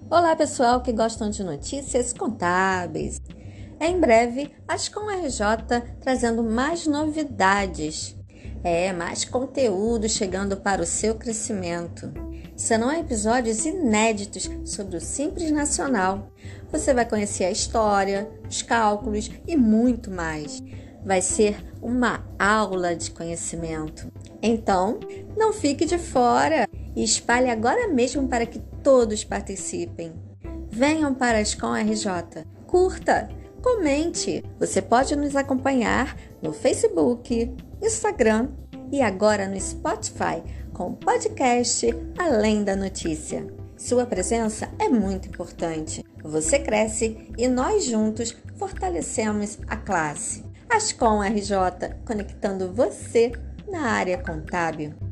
Olá, pessoal que gostam de notícias contábeis. Em breve, Ascom RJ trazendo mais novidades. Mais conteúdo chegando para o seu crescimento. Serão episódios inéditos sobre o Simples Nacional. Você vai conhecer a história, os cálculos e muito mais. Vai ser uma aula de conhecimento. Então, não fique de fora e espalhe agora mesmo para que todos participem. Venham para a Ascom RJ. Curta, comente. Você pode nos acompanhar no Facebook, Instagram e agora no Spotify com o podcast Além da Notícia. Sua presença é muito importante. Você cresce e nós juntos fortalecemos a classe. Ascom RJ, conectando você na área contábil.